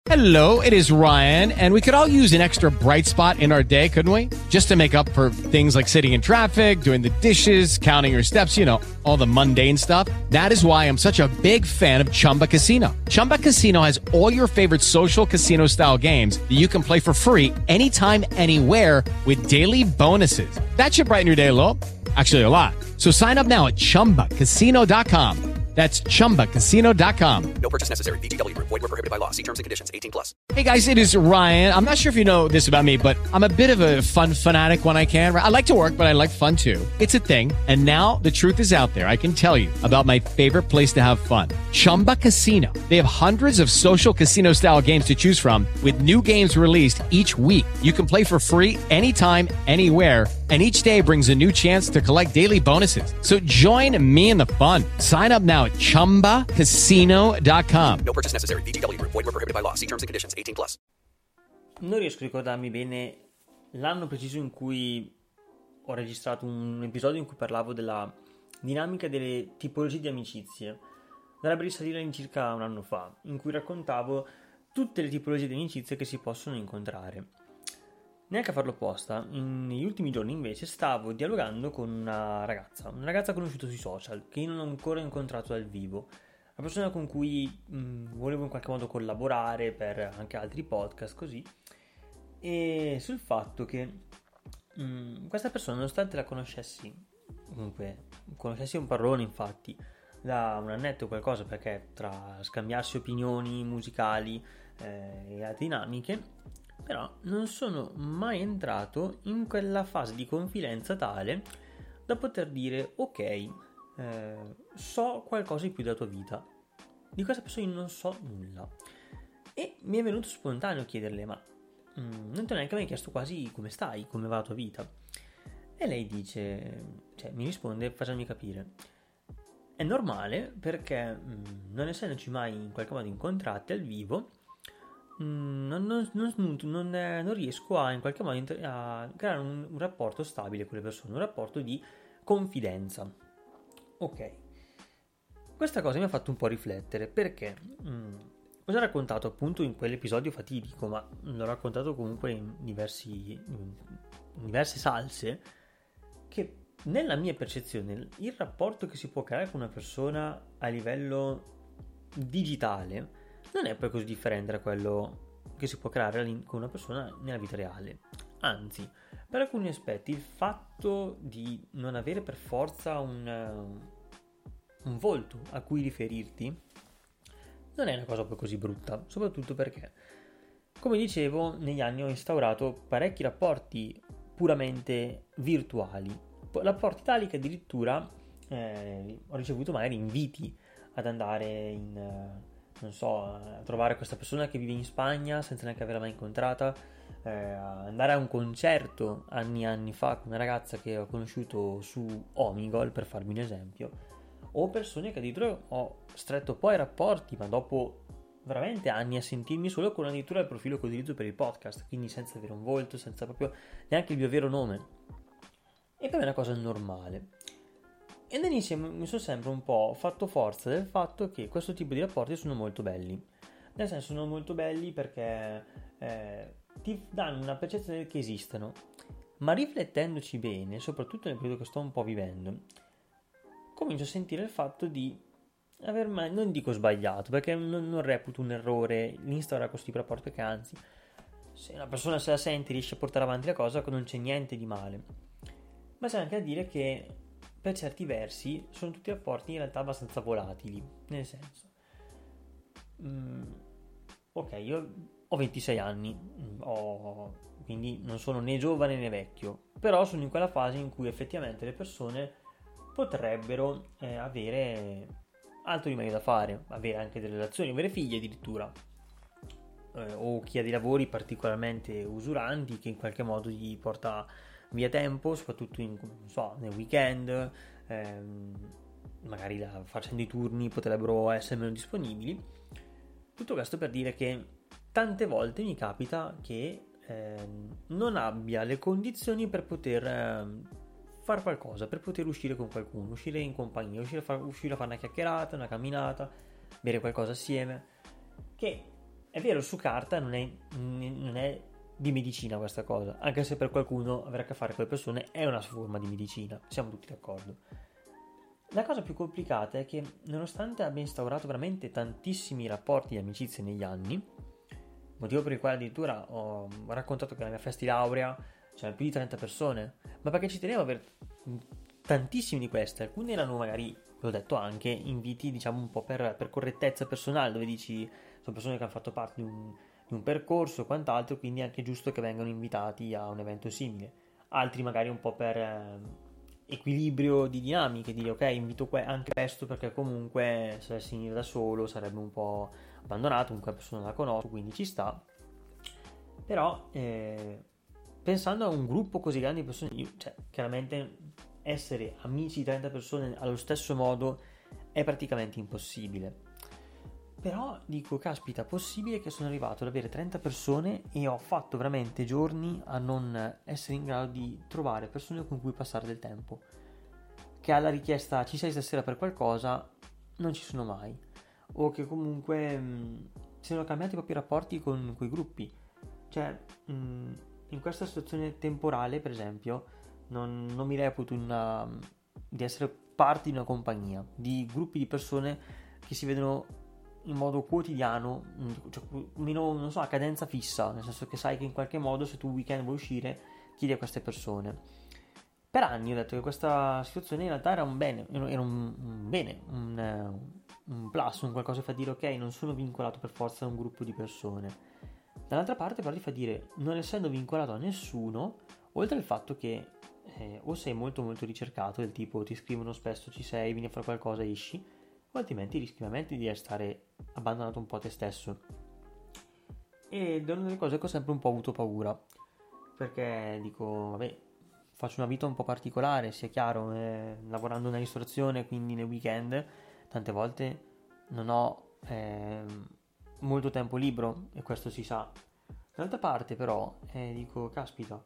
Hello, it is Ryan, and we could all use an extra bright spot in our day, couldn't we? Just to make up for things like sitting in traffic, doing the dishes, counting your steps, you know, all the mundane stuff. That is why I'm such a big fan of Chumba Casino. Chumba Casino has all your favorite social casino-style games that you can play for free anytime, anywhere with daily bonuses. That should brighten your day a little. Actually, a lot. So sign up now at ChumbaCasino.com. That's ChumbaCasino.com. No purchase necessary. VGW Group. Void where prohibited by law. See terms and conditions. 18+. Hey guys, it is Ryan. I'm not sure if you know this about me, but I'm a bit of a fun fanatic when I can. I like to work, but I like fun too. It's a thing. And now the truth is out there. I can tell you about my favorite place to have fun. Chumba Casino. They have hundreds of social casino style games to choose from with new games released each week. You can play for free anytime, anywhere. And each day brings a new chance to collect daily bonuses. So join me in the fun. Sign up now at ChumbaCasino.com. No purchase necessary. VGW Group. Void where prohibited by law. See terms and conditions. 18+. Non riesco a ricordarmi bene l'anno preciso in cui ho registrato un episodio in cui parlavo della dinamica delle tipologie di amicizie. Dovrebbe risalire all'incirca un anno fa, in cui raccontavo tutte le tipologie di amicizie che si possono incontrare. Neanche a farlo apposta, negli ultimi giorni invece stavo dialogando con una ragazza conosciuta sui social, che io non ho ancora incontrato dal vivo, una persona con cui volevo in qualche modo collaborare per anche altri podcast, così, e sul fatto che questa persona, nonostante la conoscessi un parolone infatti, da un annetto o qualcosa, perché tra scambiarsi opinioni musicali e altre dinamiche, però non sono mai entrato in quella fase di confidenza tale da poter dire ok, so qualcosa di più della tua vita. Di questa persona io non so nulla. E mi è venuto spontaneo chiederle, ma non ti ho neanche mai chiesto quasi come stai, come va la tua vita. E lei dice, mi risponde facendomi capire, è normale perché non essendoci mai in qualche modo incontrati al vivo, non riesco a in qualche modo a creare un rapporto stabile con le persone, un rapporto di confidenza. Ok, questa cosa mi ha fatto un po' riflettere, perché ho già raccontato appunto in quell'episodio fatidico, ma l'ho raccontato comunque in diverse salse, che nella mia percezione il rapporto che si può creare con una persona a livello digitale non è poi così differente da quello che si può creare con una persona nella vita reale. Anzi, per alcuni aspetti il fatto di non avere per forza un volto a cui riferirti non è una cosa poi così brutta, soprattutto perché, come dicevo, negli anni ho instaurato parecchi rapporti puramente virtuali, rapporti tali che addirittura ho ricevuto magari inviti ad andare a trovare questa persona che vive in Spagna senza neanche averla mai incontrata, andare a un concerto anni e anni fa con una ragazza che ho conosciuto su Omegle, per farvi un esempio, o persone che addirittura ho stretto poi rapporti, ma dopo veramente anni a sentirmi solo con addirittura il profilo che utilizzo per il podcast, quindi senza avere un volto, senza proprio neanche il mio vero nome. E per me è una cosa normale. E all'inizio mi sono sempre un po' fatto forza del fatto che questo tipo di rapporti sono molto belli. Nel senso, sono molto belli perché ti danno una percezione che esistono. Ma riflettendoci bene, soprattutto nel periodo che sto un po' vivendo, comincio a sentire il fatto di aver mai, non dico sbagliato, perché non reputo un errore l'instaurare questi rapporti, perché anzi, se una persona se la sente riesce a portare avanti la cosa, non c'è niente di male. Ma c'è anche da dire che per certi versi sono tutti rapporti in realtà abbastanza volatili, nel senso, ok, io ho 26 anni, quindi non sono né giovane né vecchio, però sono in quella fase in cui effettivamente le persone potrebbero avere altro di meglio da fare, avere anche delle relazioni, avere figli addirittura, o chi ha dei lavori particolarmente usuranti che in qualche modo gli porta via tempo, soprattutto nel weekend, magari facendo i turni potrebbero essere meno disponibili. Tutto questo per dire che tante volte mi capita che non abbia le condizioni per poter fare qualcosa, per poter uscire con qualcuno, uscire in compagnia, uscire a fare una chiacchierata, una camminata, bere qualcosa assieme, che È vero, su carta non è di medicina questa cosa, anche se per qualcuno avere a che fare con le persone è una forma di medicina, siamo tutti d'accordo. La cosa più complicata è che, nonostante abbia instaurato veramente tantissimi rapporti di amicizia negli anni, motivo per il quale addirittura ho raccontato che alla mia festa di laurea c'erano più di 30 persone, ma perché ci tenevo a avere tantissimi di queste. Alcuni erano magari, l'ho detto anche, inviti diciamo un po' per correttezza personale, dove dici sono persone che hanno fatto parte di un percorso e quant'altro, quindi è anche giusto che vengano invitati a un evento simile. Altri magari un po' per equilibrio di dinamiche, dire ok, invito anche questo perché comunque se dovessi venire da solo sarebbe un po' abbandonato, comunque la persona la conosco, quindi ci sta. Però pensando a un gruppo così grande di persone, cioè chiaramente essere amici di 30 persone allo stesso modo è praticamente impossibile. Però dico, caspita, possibile che sono arrivato ad avere 30 persone e ho fatto veramente giorni a non essere in grado di trovare persone con cui passare del tempo. Che alla richiesta ci sei stasera per qualcosa non ci sono mai. O che comunque siano cambiati proprio i rapporti con quei gruppi. Cioè, in questa situazione temporale, per esempio, non mi reputo di essere parte di una compagnia, di gruppi di persone che si vedono in modo quotidiano, cioè, meno, non so, a cadenza fissa, nel senso che sai che in qualche modo se tu un weekend vuoi uscire chiedi a queste persone. Per anni ho detto che questa situazione in realtà era un bene, un plus, un qualcosa che fa dire ok, non sono vincolato per forza a un gruppo di persone. Dall'altra parte però ti fa dire, non essendo vincolato a nessuno, oltre al fatto che o sei molto molto ricercato, del tipo ti scrivono spesso ci sei, vieni a fare qualcosa, esci, o altrimenti rischi veramente di restare abbandonato un po' a te stesso. Ed è una delle cose che ho sempre un po' avuto paura, perché dico, vabbè, faccio una vita un po' particolare, sia chiaro, lavorando nella ristorazione, quindi nel weekend tante volte non ho molto tempo libero, e questo si sa. Dall'altra parte però dico, caspita,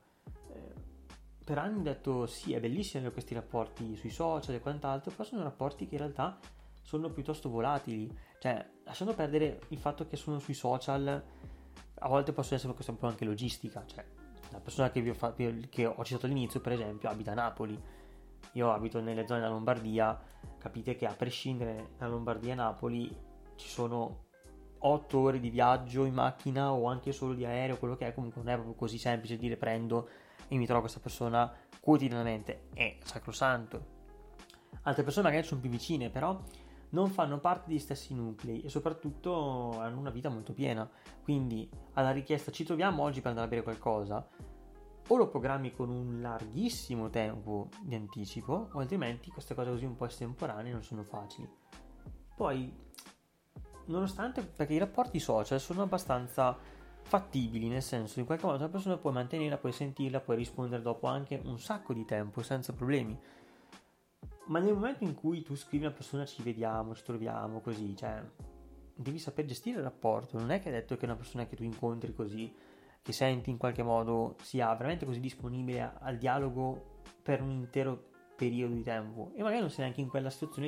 per anni ho detto sì, è bellissimo avere questi rapporti sui social e quant'altro, però sono rapporti che in realtà sono piuttosto volatili, cioè lasciando perdere il fatto che sono sui social, a volte possono essere questa un po' anche logistica, cioè la persona che ho citato all'inizio per esempio abita a Napoli, io abito nelle zone della Lombardia, capite che a prescindere da Lombardia e Napoli ci sono 8 ore di viaggio in macchina o anche solo di aereo, quello che è, comunque non è proprio così semplice dire prendo e mi trovo questa persona quotidianamente, è sacrosanto. Altre persone magari sono più vicine, però non fanno parte degli stessi nuclei e soprattutto hanno una vita molto piena, quindi alla richiesta ci troviamo oggi per andare a bere qualcosa, o lo programmi con un larghissimo tempo di anticipo, o altrimenti queste cose così un po' estemporanee non sono facili. Poi, nonostante, perché i rapporti social sono abbastanza fattibili, nel senso in qualche modo una persona puoi mantenerla, puoi sentirla, puoi rispondere dopo anche un sacco di tempo senza problemi. Ma nel momento in cui tu scrivi a una persona ci vediamo, ci troviamo, così, cioè devi saper gestire il rapporto. Non è che è detto che una persona che tu incontri così, che senti in qualche modo, sia veramente così disponibile al dialogo per un intero periodo di tempo, e magari non sei neanche in quella situazione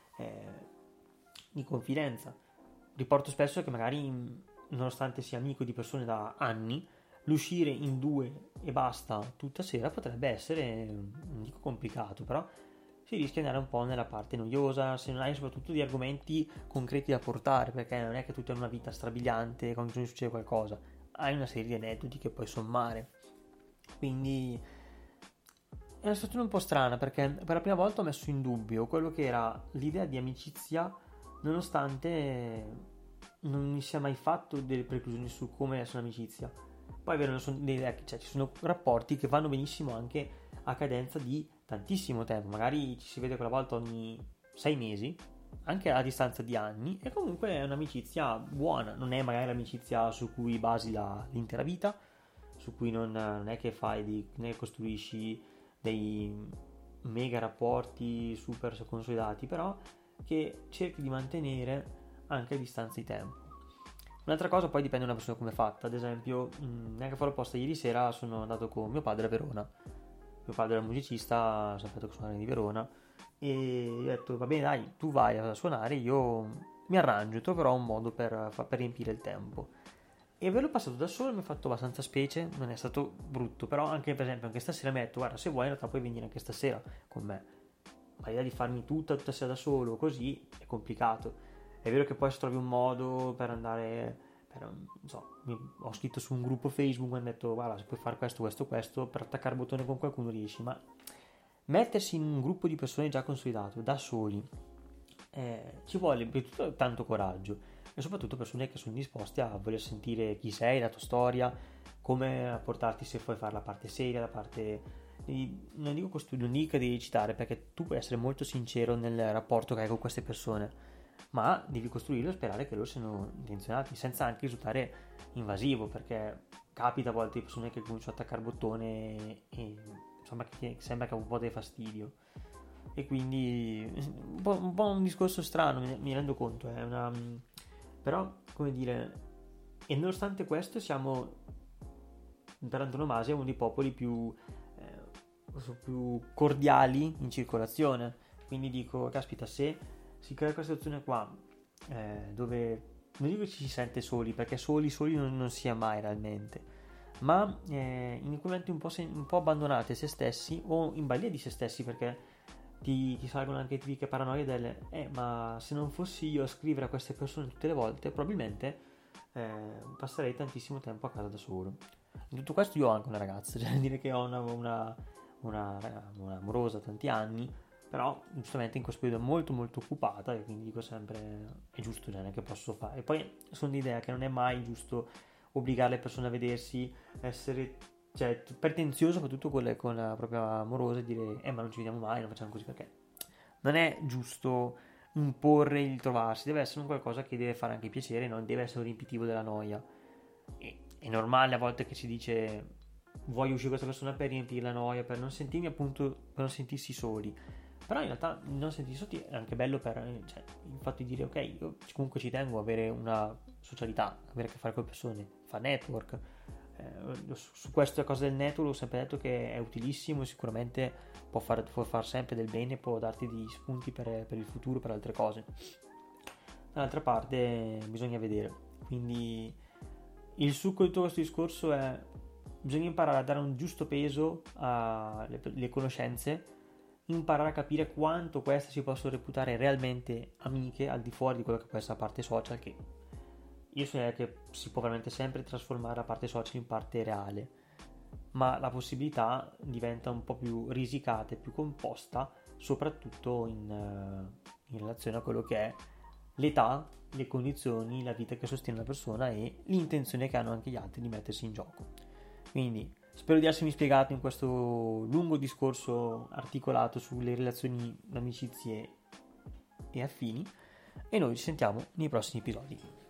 di confidenza. Riporto spesso che magari, nonostante sia amico di persone da anni, l'uscire in due e basta tutta sera potrebbe essere, non dico complicato, però si rischia di andare un po' nella parte noiosa, se non hai soprattutto di argomenti concreti da portare, perché non è che tu hai una vita strabiliante quando ti succede qualcosa, hai una serie di aneddoti che puoi sommare. Quindi è una situazione un po' strana, perché per la prima volta ho messo in dubbio quello che era l'idea di amicizia, nonostante non mi sia mai fatto delle preclusioni su come essere un'amicizia. Poi è vero, ci sono rapporti che vanno benissimo anche a cadenza di tantissimo tempo, magari ci si vede quella volta ogni 6 mesi, anche a distanza di anni, e comunque è un'amicizia buona, non è magari l'amicizia su cui basi l'intera vita, su cui non è che ne costruisci dei mega rapporti super consolidati, però che cerchi di mantenere anche a distanza di tempo. Un'altra cosa poi dipende da una persona come è fatta, ad esempio neanche a fare apposta, ieri sera sono andato con mio padre a Verona. Mio padre era musicista, sapete che suonare di Verona, e ho detto va bene dai, tu vai a suonare, io mi arrangio, troverò un modo per riempire il tempo. E averlo passato da solo mi ha fatto abbastanza specie, non è stato brutto, però anche per esempio anche stasera mi ha detto guarda, se vuoi in realtà puoi venire anche stasera con me, ma l'idea di farmi tutta sera da solo così è complicato. È vero che poi se trovi un modo per andare, non so, ho scritto su un gruppo Facebook, mi hanno detto guarda, se puoi fare questo, per attaccare il bottone con qualcuno riesci, ma mettersi in un gruppo di persone già consolidato da soli ci vuole prima di tutto tanto coraggio, e soprattutto persone che sono disposte a voler sentire chi sei, la tua storia, come portarti, se puoi fare la parte seria, la parte non dico non dico che devi citare, perché tu puoi essere molto sincero nel rapporto che hai con queste persone, ma devi costruirlo e sperare che loro siano intenzionati, senza anche risultare invasivo, perché capita a volte di persone che cominciano a attaccare bottone e insomma che sembra che un po' dei fastidio. E quindi un po' un discorso strano, mi rendo conto, però come dire, e nonostante questo siamo per antonomasia uno dei popoli più cordiali in circolazione, quindi dico caspita, se si crea questa situazione qua dove non dico che ci si sente soli, perché soli non si è mai realmente, ma in quei momenti un po' abbandonati a se stessi o in balia di se stessi, perché ti salgono anche tipiche paranoie delle ma se non fossi io a scrivere a queste persone tutte le volte probabilmente passerei tantissimo tempo a casa da solo. In tutto questo io ho anche una ragazza, cioè dire che ho una amorosa tanti anni, però giustamente in questo periodo è molto molto occupata, e quindi dico sempre è giusto, cioè, che posso fare. E poi sono l'idea che non è mai giusto obbligare le persone a vedersi, essere pretenzioso, soprattutto con la propria amorosa, e dire ma non ci vediamo mai, non facciamo così, perché non è giusto imporre il trovarsi, deve essere un qualcosa che deve fare anche piacere, non deve essere un riempitivo della noia. È normale a volte che si dice voglio uscire con questa persona per riempire la noia, per non sentirmi appunto, per non sentirsi soli, però in realtà non sentirsi soli è anche bello per il fatto di dire ok, io comunque ci tengo a avere una socialità, avere a che fare con le persone, fare network. Su questa cosa del network ho sempre detto che è utilissimo e sicuramente può far sempre del bene, può darti degli spunti per il futuro, per altre cose. Dall'altra parte bisogna vedere, quindi il succo di tutto questo discorso è bisogna imparare a dare un giusto peso alle conoscenze, imparare a capire quanto queste si possono reputare realmente amiche al di fuori di quello che può essere la parte social, che io so che si può veramente sempre trasformare la parte social in parte reale, ma la possibilità diventa un po' più risicata e più composta, soprattutto in relazione a quello che è l'età, le condizioni, la vita che sostiene la persona e l'intenzione che hanno anche gli altri di mettersi in gioco. Quindi spero di essermi spiegato in questo lungo discorso articolato sulle relazioni, amicizie e affini, e noi ci sentiamo nei prossimi episodi.